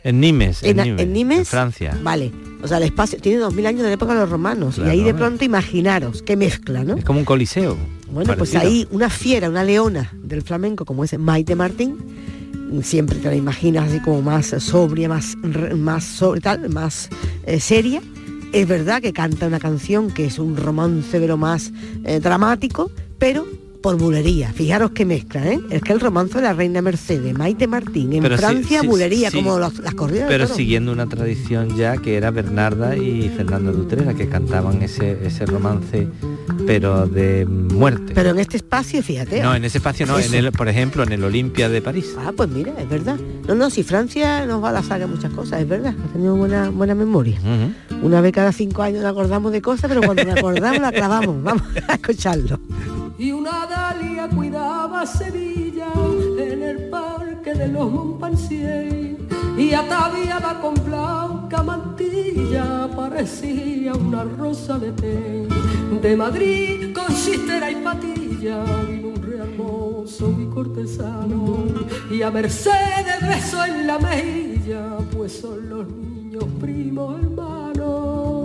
En Nimes, en, en, Nimes, en Nimes, en Francia. Vale, o sea, el espacio tiene dos mil años de la época de los romanos, claro, y ahí de pronto imaginaros qué mezcla, ¿no? Es como un coliseo. Bueno, parecido. Pues ahí una fiera, una leona del flamenco como es Maite Martín, siempre te la imaginas así como más sobria, más, más sobre tal, más eh, seria. Es verdad que canta una canción que es un romance de lo más eh, dramático, pero por bulería. Fijaros qué mezcla, ¿eh? Es que el romance de la reina Mercedes, Maite Martín, en pero Francia, sí, sí, bulería, sí, como los, las corridas pero de toros. Siguiendo una tradición ya que era Bernarda y Fernando de Utrera, que cantaban ese, ese romance, pero de muerte. Pero en este espacio, fíjate. No, en ese espacio no, en el, por ejemplo, en el Olimpia de París. Ah, pues mira, es verdad. No, no, si Francia nos va a la saga muchas cosas, es verdad. Ha tenido buena, buena memoria. Uh-huh. Una vez cada cinco años nos acordamos de cosas, pero cuando nos acordamos la clavamos. Vamos a escucharlo. Y una dalia cuidaba Sevilla en el parque de los Montpensier, y ataviada con blanca mantilla parecía una rosa de té. De Madrid con cistera y patilla vino un rey hermoso y cortesano, y a Mercedes besó en la mejilla, pues son los niños primos hermanos.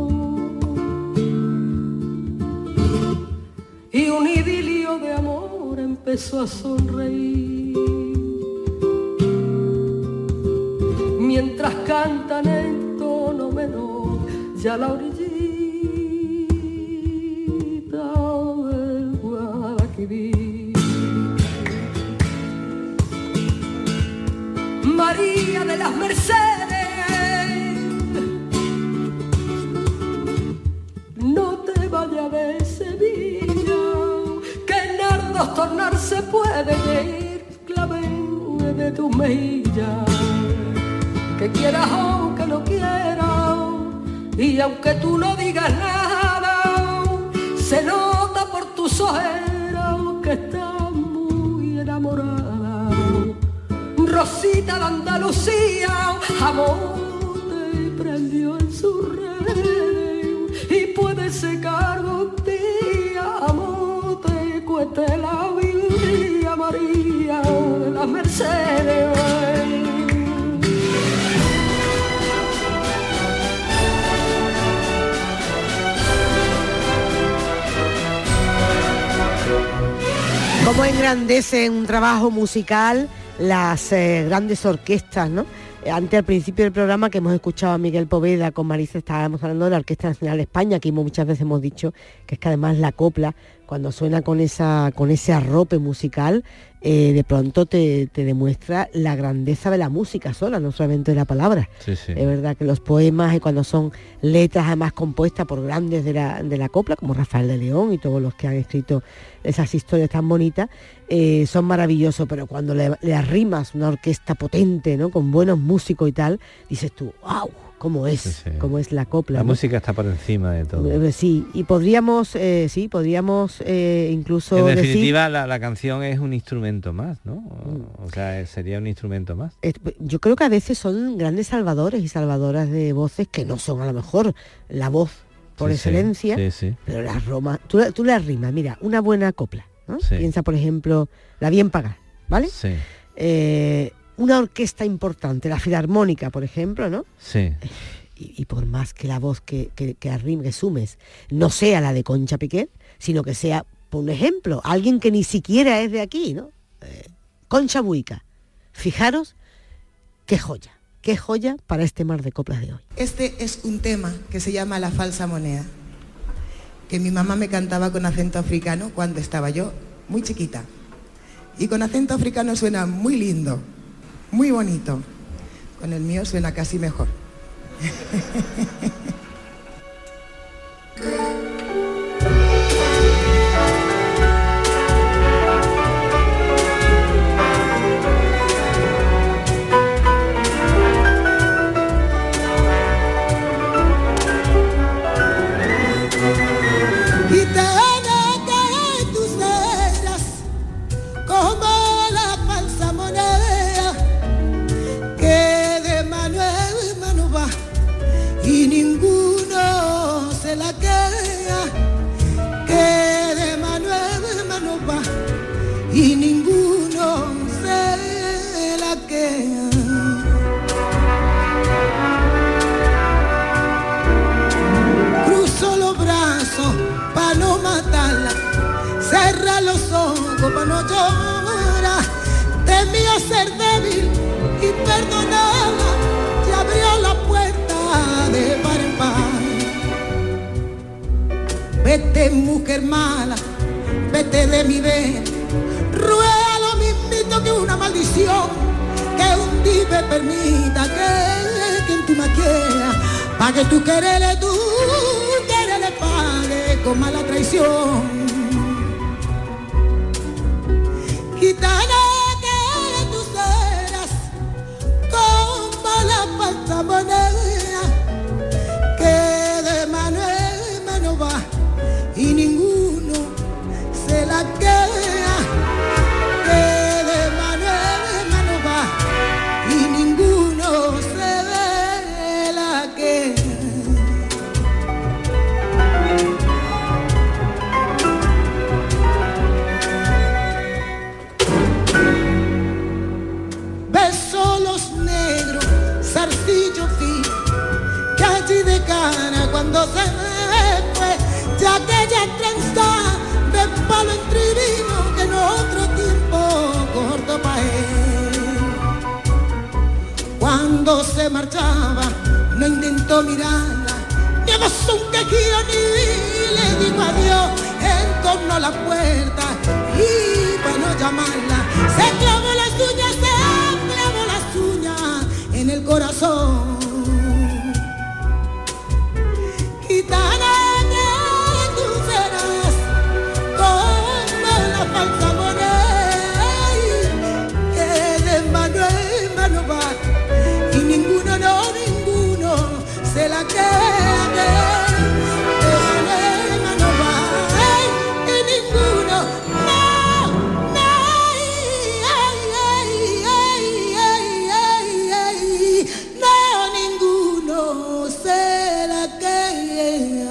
Y un idilio de amor empezó a sonreír, mientras cantan en tono menor ya la orillita del Guadalquivir. María de las Mercedes, no te vayas de Sevilla, tornarse puede ir clave de tu mejilla, que quieras o que no quieras, y aunque tú no digas nada, se nota por tus ojeras que estás muy enamorada. Rosita de Andalucía, amor, te prendió en su red, y puede secar un día, amor, te la vida, María de las Mercedes. Cómo engrandece un trabajo musical las eh, grandes orquestas, ¿no? Antes, al principio del programa, que hemos escuchado a Miguel Poveda con Marisa, estábamos hablando de la Orquesta Nacional de España, que muchas veces hemos dicho que es que además la copla, cuando suena con esa con ese arrope musical, eh, de pronto te, te demuestra la grandeza de la música sola, no solamente de la palabra. Sí, sí. Es verdad que los poemas, y cuando son letras además compuestas por grandes de la, de la copla, como Rafael de León y todos los que han escrito esas historias tan bonitas, eh, son maravillosos, pero cuando le, le arrimas una orquesta potente, ¿no?, con buenos músicos y tal, dices tú, wow, cómo es, sí, sí. cómo es la copla. La ¿no? música está por encima de todo. Eh, sí, y podríamos, eh, sí, podríamos eh, incluso en definitiva, decir, la, la canción es un instrumento más, ¿no? O, o sea, sería un instrumento más. Eh, yo creo que a veces son grandes salvadores y salvadoras de voces que no son a lo mejor la voz por sí, excelencia, sí, sí, sí. pero las romas, tú, tú le arrimas, mira, una buena copla, ¿no? Sí. Piensa, por ejemplo, La Bien Pagada, ¿vale? Sí. Eh, una orquesta importante, la Filarmónica, por ejemplo, ¿no? Sí. Y, y por más que la voz que, que, que arrimes, que sumes, no sea la de Concha Piquer, sino que sea, por un ejemplo, alguien que ni siquiera es de aquí, ¿no? Eh, Concha Buica. Fijaros qué joya, qué joya para este mar de coplas de hoy. Este es un tema que se llama La Falsa Moneda, que mi mamá me cantaba con acento africano cuando estaba yo muy chiquita. Y con acento africano suena muy lindo, muy bonito. Con el mío suena casi mejor. Y te de tus letras como la falsa moneda que de mano en mano va y ninguno se la queda, que de mano en mano va y ninguno se la queda. a ser débil y perdonaba, te abrió la puerta de par en par. Vete, mujer mala, vete de mi ver, ruega lo mismito que una maldición, que un día me permita que quien tú me quieras, pa' que tú quereres, tú quereres pague con mala traición. Gitana que tú serás como la falsa moneda que de mano en mano va y ninguno se la queda, que de mano en mano va y ninguno se la queda. Zarcillo fino, cachi de cara cuando se me fue, ya aquella trenza de palo en tribino que en otro tiempo corto pa' él. Cuando se marchaba no intentó mirarla, ni abrazó un quejido ni le dijo adiós en torno a la puerta y para no llamarla se clavó las uñas, se clavó las uñas en el corazón. Gitana que tú serás como la falsa moneda que de mano en mano va y ninguno, no ninguno se la queda, de mano en mano va y ninguno, no, no, ay, ay, ay, ay, ay, ay, no, ninguno se la queda.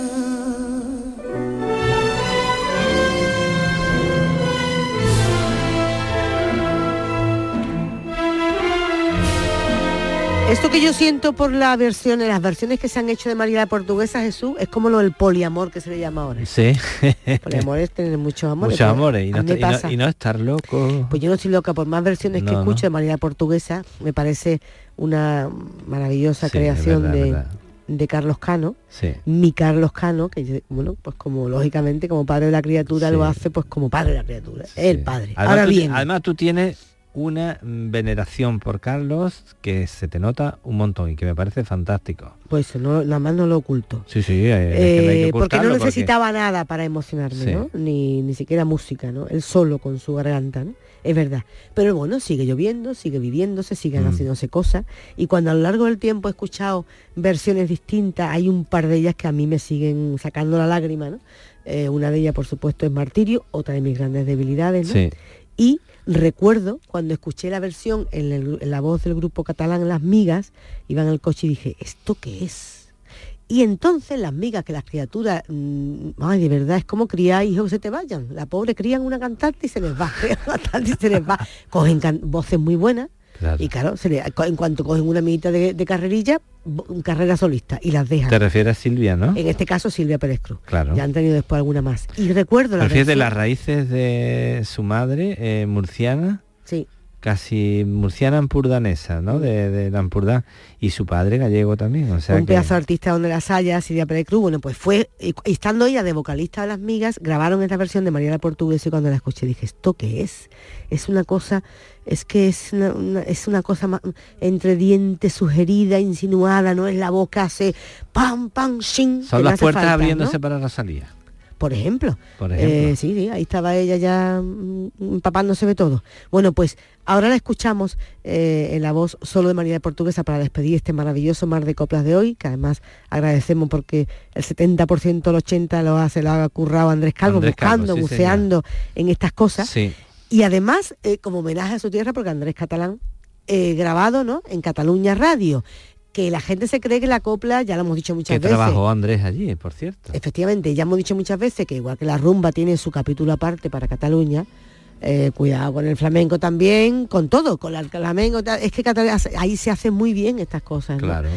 Esto que yo siento por la versión, las versiones que se han hecho de María la Portuguesa, Jesús, es como lo del poliamor que se le llama ahora. Sí. Poliamor es tener muchos amores. Muchos amores y no, a mí me y, no, pasa. y no estar loco. Pues yo no estoy loca, por más versiones que No, escucho no. de María la Portuguesa, me parece una maravillosa Sí, creación es verdad, de, es verdad. de Carlos Cano. Sí. Mi Carlos Cano, que yo- bueno, pues como lógicamente como padre de la criatura Sí. lo hace pues como padre de la criatura, el padre. Además, Ahora tú, bien, además tú tienes una mm, veneración por Carlos que se te nota un montón y que me parece fantástico. pues no, nada más no lo oculto. Sí, sí, eh, es que no hay que Eh, porque no ocultarlo, necesitaba nada para emocionarme, Sí. ¿no? Ni, ni siquiera música, ¿no? Él solo con su garganta, ¿no? Es verdad. Pero bueno, sigue lloviendo, sigue viviéndose, siguen Mm. haciéndose cosas. Y cuando a lo largo del tiempo he escuchado versiones distintas, hay un par de ellas que a mí me siguen sacando la lágrima, ¿no? Eh, una de ellas, por supuesto, es Martirio, otra de mis grandes debilidades, ¿no? Sí. Y recuerdo cuando escuché la versión en, el- en la voz del grupo catalán Las Migas, iba en el coche y dije, ¿esto qué es? Y entonces las migas, que las criaturas, mmm, ay, de verdad, es como criar hijos que se te vayan. La pobre crían una cantante y se les va, crían una cantante y se les va. Cogen can- voces muy buenas. Claro. Y claro, se le- en cuanto cogen una amiguita de, de carrerilla, bo- carrera solista, y las dejan. Te refieres a Silvia, ¿no? En este caso Silvia Pérez Cruz. Claro. Ya han tenido después alguna más. Y recuerdo la Pero fíjate, versión- las raíces de su madre, eh, murciana, Sí. casi murciana ampurdanesa, ¿no? De, de la Ampurdán. Y su padre gallego también, o sea un que... pedazo de artista donde las haya, Silvia Pérez Cruz, bueno, pues fue, y y estando ella de vocalista de Las Migas, grabaron esta versión de María la Portuguesa y cuando la escuché dije, ¿esto qué es? Es una cosa, es que es una, una- es una cosa ma- entre dientes, sugerida, insinuada, ¿no? Es la boca, hace pam, pam, shin. Son que no las hace puertas falta, abriéndose ¿no? para Rosalía. Por ejemplo. Por ejemplo. Eh, sí, sí, ahí estaba ella ya mm, empapándose de todo. Bueno, pues ahora la escuchamos eh, en la voz solo de María la Portuguesa para despedir este maravilloso mar de coplas de hoy, que además agradecemos porque el setenta por ciento, el ochenta por ciento lo hace, lo ha currado Andrés Calvo, Andrés Calvo, buscando, sí, buceando en estas cosas. Sí. Y además, eh, como homenaje a su tierra, porque Andrés Catalán, eh, grabado, ¿no?, en Cataluña Radio, que la gente se cree que la copla, ya lo hemos dicho muchas Que veces. trabajó Andrés allí, por cierto. Efectivamente, ya hemos dicho muchas veces que igual que la rumba tiene su capítulo aparte para Cataluña, eh, cuidado con el flamenco también, con todo, con el flamenco, tal, es que Cataluña, ahí se hacen muy bien estas cosas, ¿no? Claro.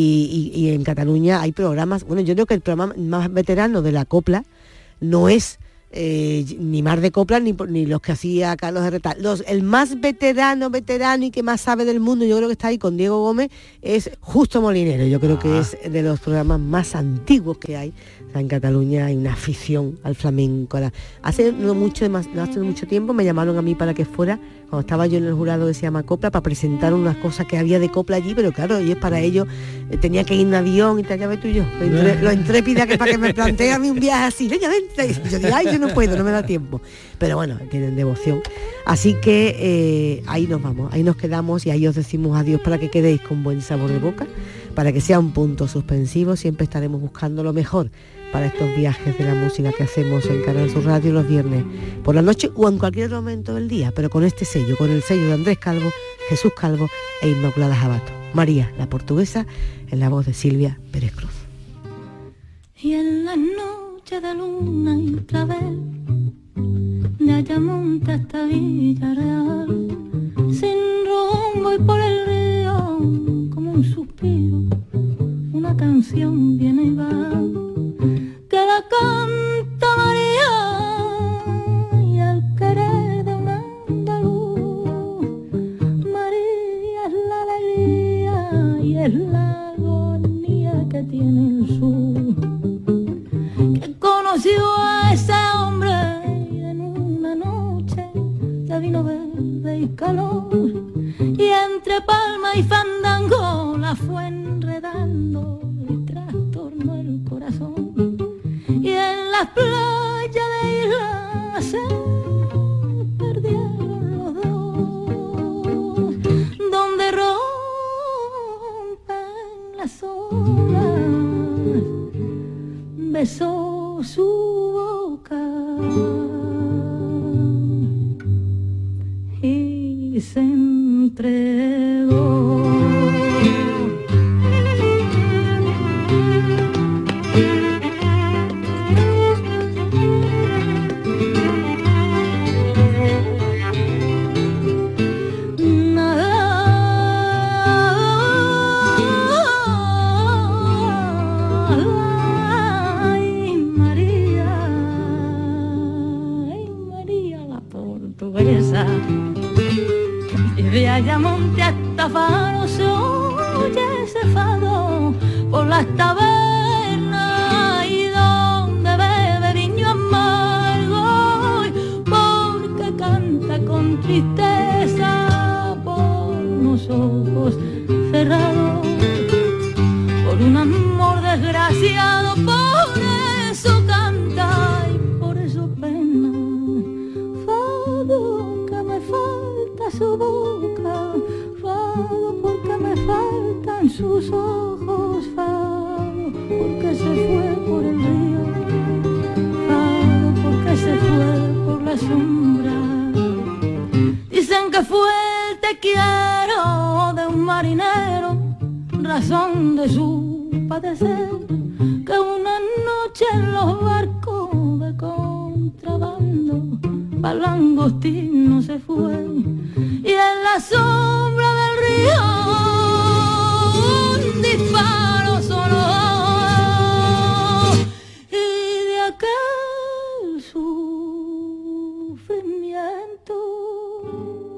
Y, y- y en Cataluña hay programas, bueno, yo creo que el programa más veterano de la copla no es Eh, ni Mar de Copla ni, ni los que hacía Carlos Herreta. Los, el más veterano, veterano y que más sabe del mundo, yo creo que está ahí con Diego Gómez, es Justo Molinero. Yo creo ah. que es de los programas más antiguos que hay. O sea, en Cataluña hay una afición al flamenco. A la... Hace no mucho, no hace mucho tiempo me llamaron a mí para que fuera, cuando estaba yo en el jurado que se llama Copla, para presentar unas cosas que había de Copla allí, pero claro, y es para ello, eh, tenía que ir en avión y tal, ya ves tú y yo, lo, intre, lo intrépida que para que me plantee a mí un viaje así, leña, vente. Y yo digo, ay, yo no puedo, no me da tiempo. Pero bueno, tienen devoción. Así que eh, ahí nos vamos, ahí nos quedamos y ahí os decimos adiós para que quedéis con buen sabor de boca, para que sea un punto suspensivo. Siempre estaremos buscando lo mejor para estos viajes de la música que hacemos en Canal Sur Radio los viernes por la noche o en cualquier otro momento del día, pero con este sello, con el sello de Andrés Calvo, Jesús Calvo e Inmaculada Jabato. María, la portuguesa, en la voz de Silvia Pérez Cruz. Y en la noche de luna y clavel, de Ayamonte hasta Villarreal, sin rumbo y por el río, como un suspiro, una canción viene y va, que la canta María y el querer de un andaluz. María es la alegría y es la agonía que tiene el sur, que conoció a ese hombre en una noche de vino verde y calor, y entre palma y fandango la fue enredando y trastornó el corazón. Y en las playas de Isla se perdieron los dos, donde rompen las olas, besó su boca y se entregó. De Ayamonte hasta Faro se oye ese fado por las tabernas y donde bebe viño amargo, porque canta con tristeza por unos ojos cerrados, por un amor desgraciado, por eso canta y por eso pena. Fado que me falta su boca, fado porque me faltan sus ojos, fado porque se fue por el río, fado porque se fue por la sombra. Dicen que fue el te quiero de un marinero, razón de su padecer, que una noche en los barcos de contrabando pa'l langostino se fue, y en la sombra del río un disparo sonó, y de aquel sufrimiento